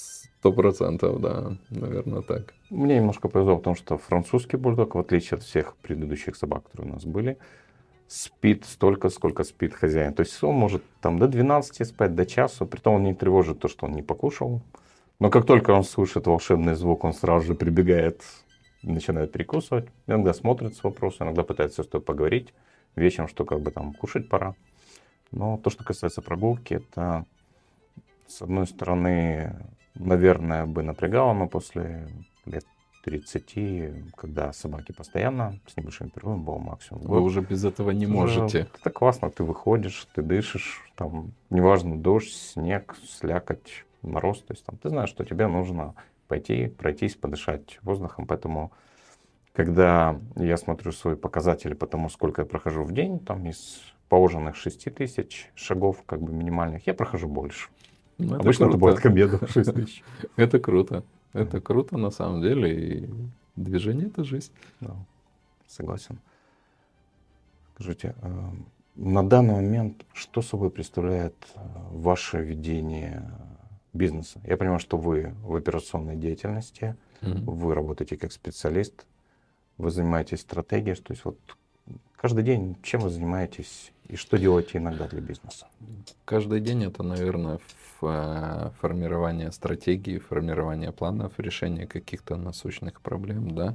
100%, да, наверное, так. Мне немножко повезло, потому что французский бульдог, в отличие от всех предыдущих собак, которые у нас были, спит столько, сколько спит хозяин. То есть он может там до 12 спать, до часу, притом он не тревожит то, что он не покушал. Но как только он слышит волшебный звук, он сразу же прибегает, начинает перекусывать. Иногда смотрит с вопросом, иногда пытается с тобой поговорить вечером, что как бы там кушать пора. Но то, что касается прогулки, это, с одной стороны, наверное, бы напрягало, но после лет 30, когда собаки постоянно с небольшим перерывом, был максимум. Вы уже без этого не можете. Это классно, ты выходишь, ты дышишь, там, неважно, дождь, снег, слякоть, мороз, то есть там, ты знаешь, что тебе нужно пойти, пройтись, подышать воздухом, поэтому, когда я смотрю свои показатели по тому, сколько я прохожу в день, там, из положенных 6000 шагов, как бы минимальных, я прохожу больше. Ну, обычно круто. Это бывает к обеду 6000. Это круто. Это круто на самом деле. И движение — это жизнь. Да, согласен. Скажите, на данный момент что собой представляет ваше ведение бизнеса? Я понимаю, что вы в операционной деятельности, вы работаете как специалист, вы занимаетесь стратегией, то есть вот каждый день чем вы занимаетесь и что делаете иногда для бизнеса? Каждый день это, наверное, формирование стратегии, формирование планов, решение каких-то насущных проблем, да,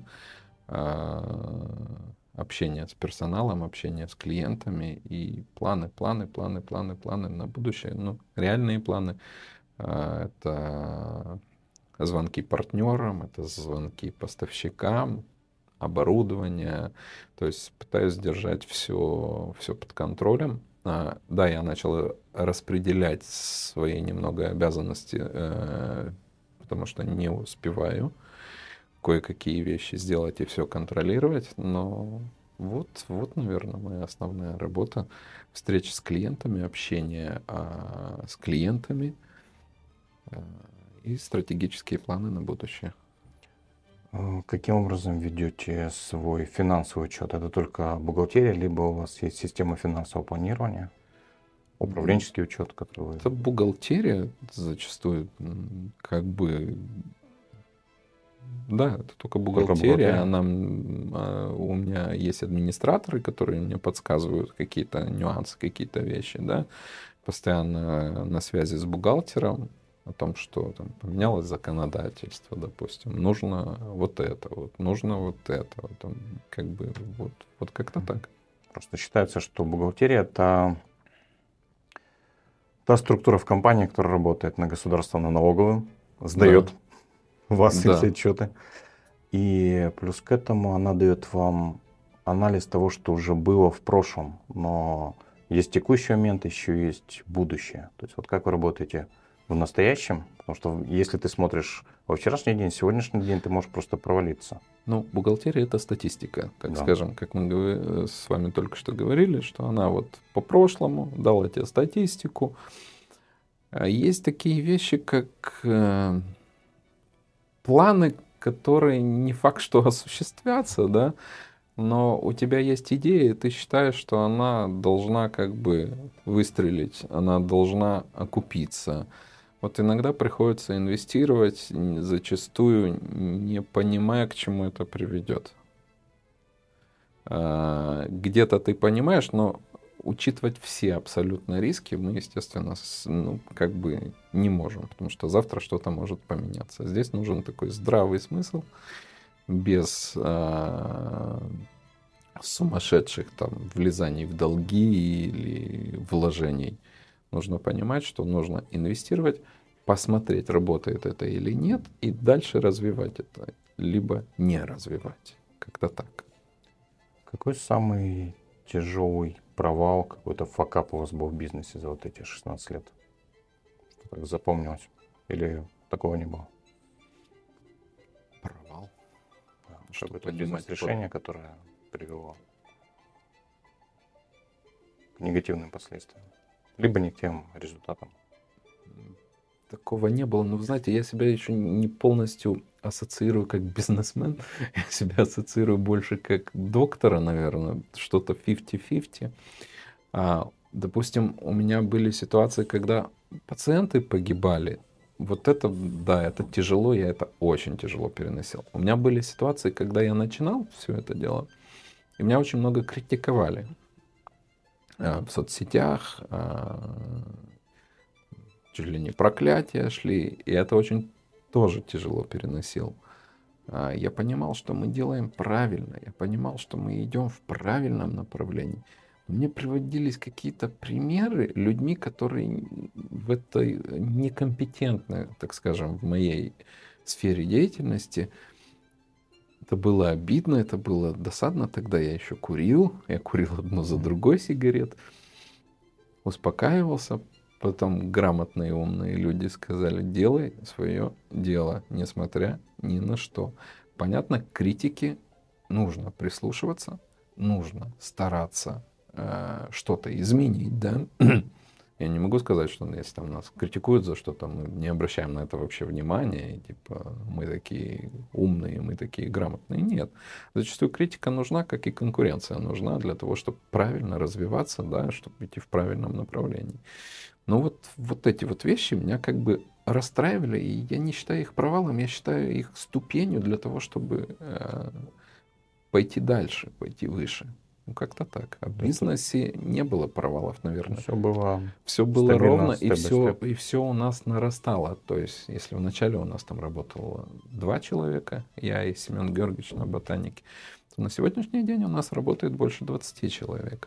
общение с персоналом, общение с клиентами и планы на будущее, ну, реальные планы. Это звонки партнерам, это звонки поставщикам, оборудование. То есть пытаюсь держать все под контролем. Да, я начал распределять свои немного обязанности, потому что не успеваю кое-какие вещи сделать и все контролировать, но вот, наверное, моя основная работа. Встречи с клиентами, общение с клиентами и стратегические планы на будущее. Каким образом ведете свой финансовый учет? Это только бухгалтерия, либо у вас есть система финансового планирования, управленческий учет, который вы... Это бухгалтерия зачастую как бы Да, это только бухгалтерия. У меня есть администраторы, которые мне подсказывают какие-то нюансы, какие-то вещи, да. Постоянно на связи с бухгалтером о том, что там поменялось законодательство, допустим. Нужно вот это, вот, нужно вот это. Вот, там, как бы вот как-то так. Просто считается, что бухгалтерия – это та структура в компании, которая работает на государственно-налоговую, сдает вас все отчеты. И плюс к этому она дает вам анализ того, что уже было в прошлом. Но есть текущий момент, еще есть будущее. То есть вот как вы работаете в настоящем, потому что если ты смотришь во вчерашний день, сегодняшний день, ты можешь просто провалиться. Ну, бухгалтерия — это статистика, так скажем, как мы с вами только что говорили, что она вот по прошлому дала тебе статистику. Есть такие вещи, как планы, которые не факт, что осуществятся, да, но у тебя есть идея, и ты считаешь, что она должна как бы выстрелить, она должна окупиться. Вот иногда приходится инвестировать, зачастую не понимая, к чему это приведет. Где-то ты понимаешь, но учитывать все абсолютно риски мы, естественно, как бы не можем, потому что завтра что-то может поменяться. Здесь нужен такой здравый смысл, без сумасшедших там влезаний в долги или вложений. Нужно понимать, что нужно инвестировать, посмотреть, работает это или нет, и дальше развивать это, либо не развивать. Как-то так. Какой самый тяжелый провал, какой-то факап у вас был в бизнесе за вот эти 16 лет? Что так запомнилось? Или такого не было? Провал. Что-то бизнес-решение, которое привело к негативным последствиям. Либо не к тем результатам. Такого не было. Но, вы знаете, я себя еще не полностью ассоциирую как бизнесмен. Я себя ассоциирую больше как доктора, наверное. Что-то 50-50. Допустим, у меня были ситуации, когда пациенты погибали. Вот это, да, это тяжело, я это очень тяжело переносил. У меня были ситуации, когда я начинал все это дело, и меня очень много критиковали в соцсетях, чуть ли не проклятия шли, и это очень тоже тяжело переносил. Я понимал, что мы делаем правильно, я понимал, что мы идем в правильном направлении. Мне приводились какие-то примеры людьми, которые в этой некомпетентны, так скажем, в моей сфере деятельности. Это было обидно, это было досадно. Тогда я еще курил. Я курил одну за другой сигарет. Успокаивался. Потом грамотные умные люди сказали: делай свое дело, несмотря ни на что. Понятно, к критике нужно прислушиваться, нужно стараться что-то изменить, да. Я не могу сказать, что если там нас критикуют за что-то, мы не обращаем на это вообще внимания, и типа мы такие умные, мы такие грамотные. Нет. Зачастую критика нужна, как и конкуренция нужна для того, чтобы правильно развиваться, да, чтобы идти в правильном направлении. Но вот эти вот вещи меня как бы расстраивали, и я не считаю их провалом, я считаю их ступенью для того, чтобы пойти дальше, пойти выше. Ну, как-то так. А в бизнесе не было провалов, наверное. Все было ровно, и все у нас нарастало. То есть, если вначале у нас там работало 2 человека, я и Семен Георгиевич на ботанике, то на сегодняшний день у нас работает больше 20 человек.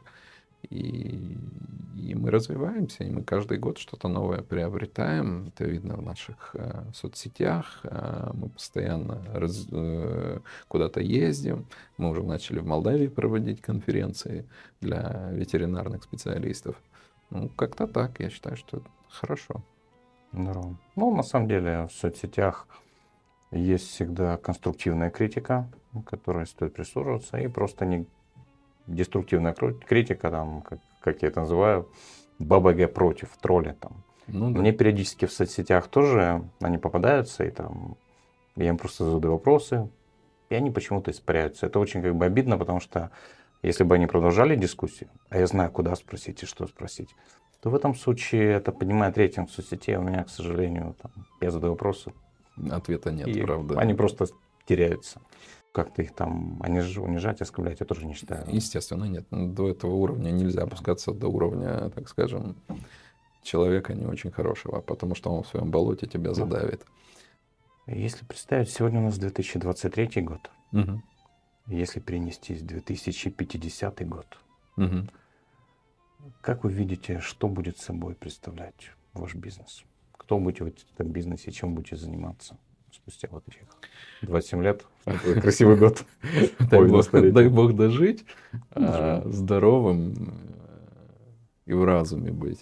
И мы развиваемся, и мы каждый год что-то новое приобретаем. Это видно в наших соцсетях. Мы постоянно куда-то ездим. Мы уже начали в Молдавии проводить конференции для ветеринарных специалистов. Ну, как-то так. Я считаю, что это хорошо. Здорово. Ну, на самом деле, в соцсетях есть всегда конструктивная критика, которой стоит прислушиваться, и просто не деструктивная критика, там, как я это называю, ББГ против, тролли. Там. Ну, да. Мне периодически в соцсетях тоже они попадаются, и там я им просто задаю вопросы, и они почему-то испаряются. Это очень как бы обидно, потому что если бы они продолжали дискуссию, а я знаю, куда спросить и что спросить, то в этом случае это поднимает рейтинг в соцсети, а у меня, к сожалению, там, я задаю вопросы. Ответа нет, и правда. Они просто теряются. Как-то их там, они же унижать, оскорблять, я тоже не считаю. Естественно, нет. До этого уровня нельзя опускаться до уровня, так скажем, человека не очень хорошего, потому что он в своем болоте тебя задавит. Если представить, сегодня у нас 2023 год. Угу. Если перенестись в 2050 год, Угу. как вы видите, что будет собой представлять ваш бизнес? Кто будете в этом бизнесе, чем будете заниматься спустя вот этих 27 лет? Такой красивый год. Дай Бог дожить, здоровым и в разуме быть.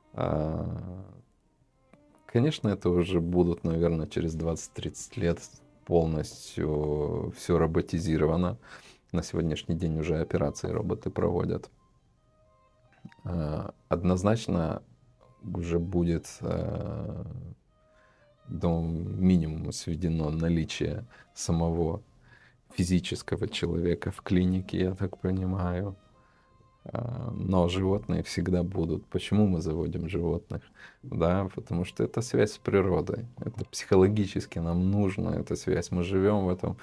Конечно, это уже будут, наверное, через 20-30 лет полностью все роботизировано. На сегодняшний день уже операции роботы проводят. Однозначно уже будет до минимума сведено наличие самого физического человека в клинике, я так понимаю. Но животные всегда будут. Почему мы заводим животных? Да, потому что это связь с природой. Это психологически нам нужна эта связь. Мы живем в этом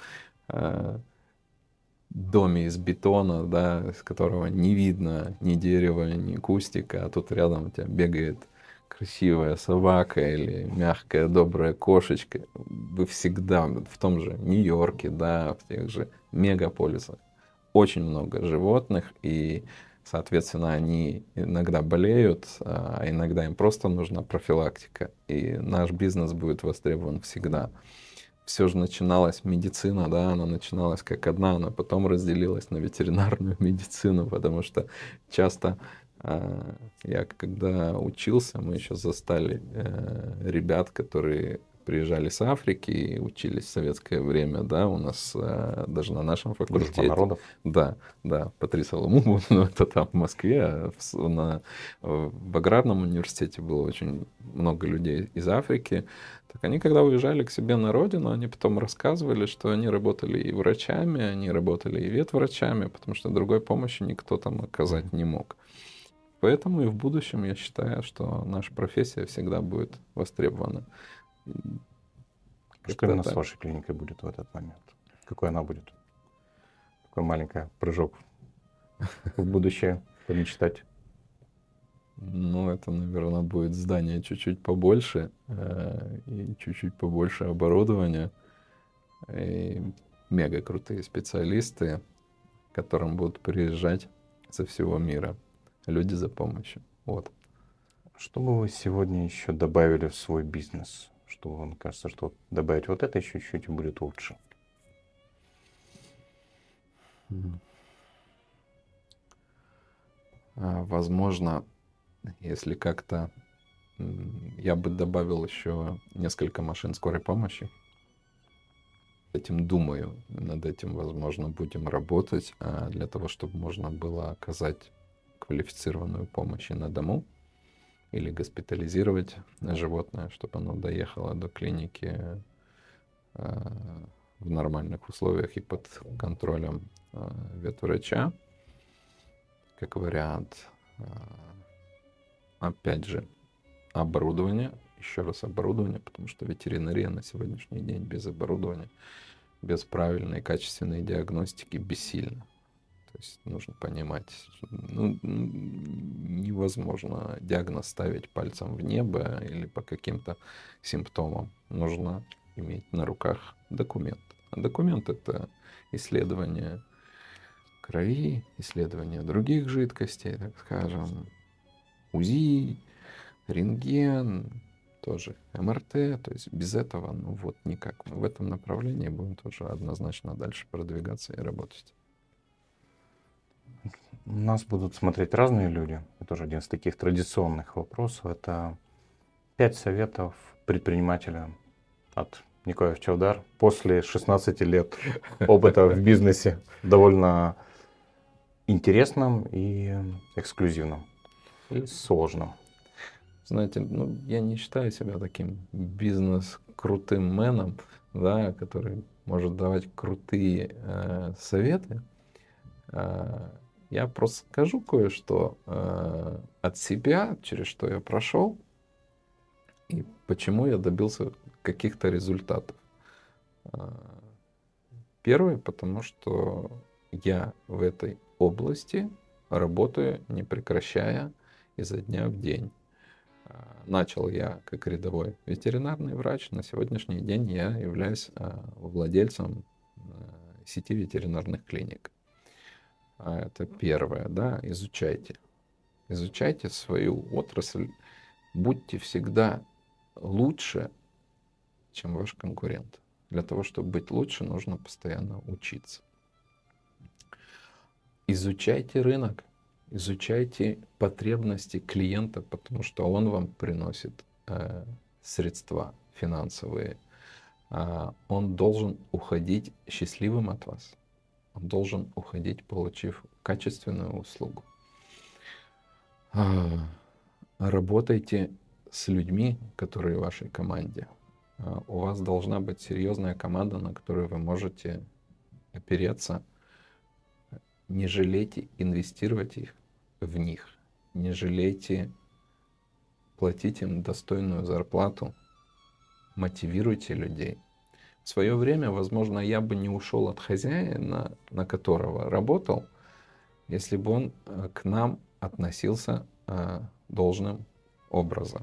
доме из бетона, да, с которого не видно ни дерева, ни кустика, а тут рядом у тебя бегает красивая собака или мягкая, добрая кошечка. Вы всегда в том же Нью-Йорке, да, в тех же мегаполисах очень много животных, и, соответственно, они иногда болеют, а иногда им просто нужна профилактика. И наш бизнес будет востребован всегда. Все же начиналась медицина, да, она начиналась как одна, она потом разделилась на ветеринарную медицину, потому что часто я когда учился, мы еще застали ребят, которые приезжали с Африки и учились в советское время, да, у нас даже на нашем факультете. Да, Патрис Аламуму, но это там в Москве, в аграрном университете было очень много людей из Африки. Так они, когда уезжали к себе на родину, они потом рассказывали, что они работали и врачами, они работали и ветврачами, потому что другой помощи никто там оказать не мог. Поэтому и в будущем я считаю, что наша профессия всегда будет востребована. Что именно с вашей клиникой будет в этот момент? Какой она будет? Такой маленький прыжок в будущее, помечтать. Ну, это, наверное, будет здание чуть-чуть побольше и чуть-чуть побольше оборудования. И мега крутые специалисты, к которым будут приезжать со всего мира люди за помощью. Вот. Что бы вы сегодня еще добавили в свой бизнес? Что вам кажется, что добавить вот это еще чуть-чуть и будет лучше? Возможно, если как-то я бы добавил еще несколько машин скорой помощи. Этим думаю, над этим, возможно, будем работать, для того, чтобы можно было оказать квалифицированную помощь и на дому, или госпитализировать животное, чтобы оно доехало до клиники в нормальных условиях и под контролем ветврача, как вариант. Опять же, оборудование, еще раз оборудование, потому что ветеринария на сегодняшний день без оборудования, без правильной качественной диагностики бессильна. То есть нужно понимать, невозможно диагноз ставить пальцем в небо или по каким-то симптомам. Нужно иметь на руках документ. А документ — это исследование крови, исследование других жидкостей, так скажем, УЗИ, рентген, тоже МРТ. То есть без этого, никак. Мы в этом направлении будем тоже однозначно дальше продвигаться и работать. Нас будут смотреть разные люди. Это тоже один из таких традиционных вопросов. Это 5 советов предпринимателя от Николая Чавдар после 16 лет опыта в бизнесе, довольно интересном и эксклюзивном, и сложном. Знаете, я не считаю себя таким бизнес-крутым меном, да, который может давать крутые советы. Я просто скажу кое-что от себя, через что я прошел, и почему я добился каких-то результатов. Первый, потому что я в этой области работаю, не прекращая изо дня в день. Начал я как рядовой ветеринарный врач. На сегодняшний день я являюсь владельцем сети ветеринарных клиник. Это первое, да, изучайте. Изучайте свою отрасль. Будьте всегда лучше, чем ваш конкурент. Для того, чтобы быть лучше, нужно постоянно учиться. Изучайте рынок, изучайте потребности клиента, потому что он вам приносит средства финансовые. Он должен уходить счастливым от вас. Он должен уходить, получив качественную услугу. Работайте с людьми, которые в вашей команде. У вас должна быть серьезная команда, на которую вы можете опереться. Не жалейте инвестировать в них. Не жалейте платить им достойную зарплату. Мотивируйте людей. В свое время, возможно, я бы не ушел от хозяина, на которого работал, если бы он к нам относился должным образом.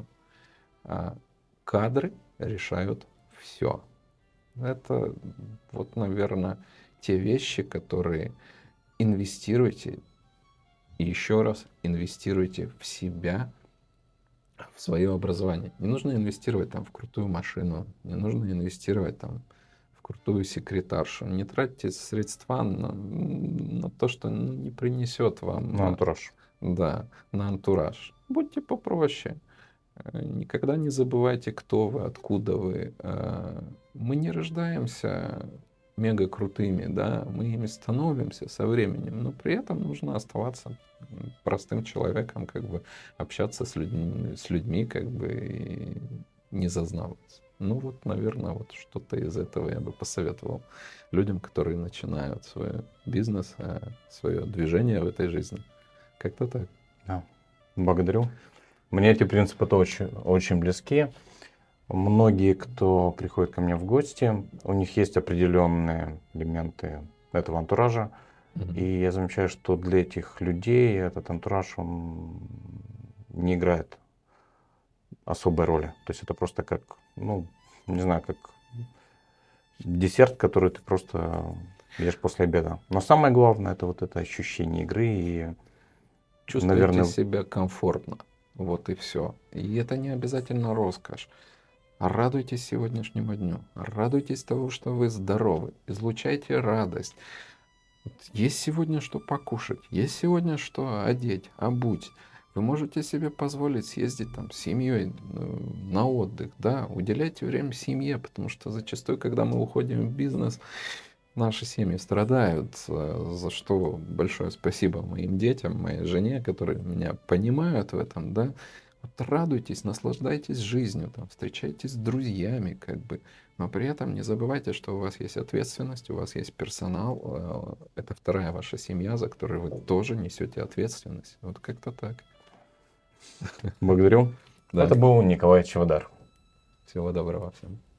Кадры решают все. Это вот, наверное, те вещи, которые инвестируйте, и еще раз инвестируйте в себя, в свое образование. Не нужно инвестировать там в крутую машину, не нужно инвестировать там в крутую секретаршу. Не тратьте средства на то, что не принесет вам. На антураж. Да, на антураж. Будьте попроще. Никогда не забывайте, кто вы, откуда вы. Мы не рождаемся мега крутыми, да, мы ими становимся со временем, но при этом нужно оставаться простым человеком, как бы общаться с людьми, как бы и не зазнаваться. Ну вот, наверное, вот что-то из этого я бы посоветовал людям, которые начинают свой бизнес, свое движение в этой жизни. Как-то так. Да. Благодарю. Мне эти принципы тоже очень близки. Многие, кто приходит ко мне в гости, у них есть определенные элементы этого антуража. И я замечаю, что для этих людей этот антураж, он не играет особой роли. То есть это просто как, ну, не знаю, как десерт, который ты просто ешь после обеда. Но самое главное, это вот это ощущение игры и, чувствуйте наверное, себя комфортно. Вот и все. И это не обязательно роскошь. Радуйтесь сегодняшнему дню. Радуйтесь того, что вы здоровы. Излучайте радость. Есть сегодня что покушать. Есть сегодня что одеть, обуть. Вы можете себе позволить съездить там с семьей на отдых. Да? Уделяйте время семье, потому что зачастую, когда мы уходим в бизнес, наши семьи страдают, за что большое спасибо моим детям, моей жене, которые меня понимают в этом, да. Вот радуйтесь, наслаждайтесь жизнью, там, встречайтесь с друзьями, как бы, но при этом не забывайте, что у вас есть ответственность, у вас есть персонал, это вторая ваша семья, за которую вы тоже несете ответственность. Вот как-то так. Благодарю. Да. Это был Николай Чаводар. Всего доброго всем.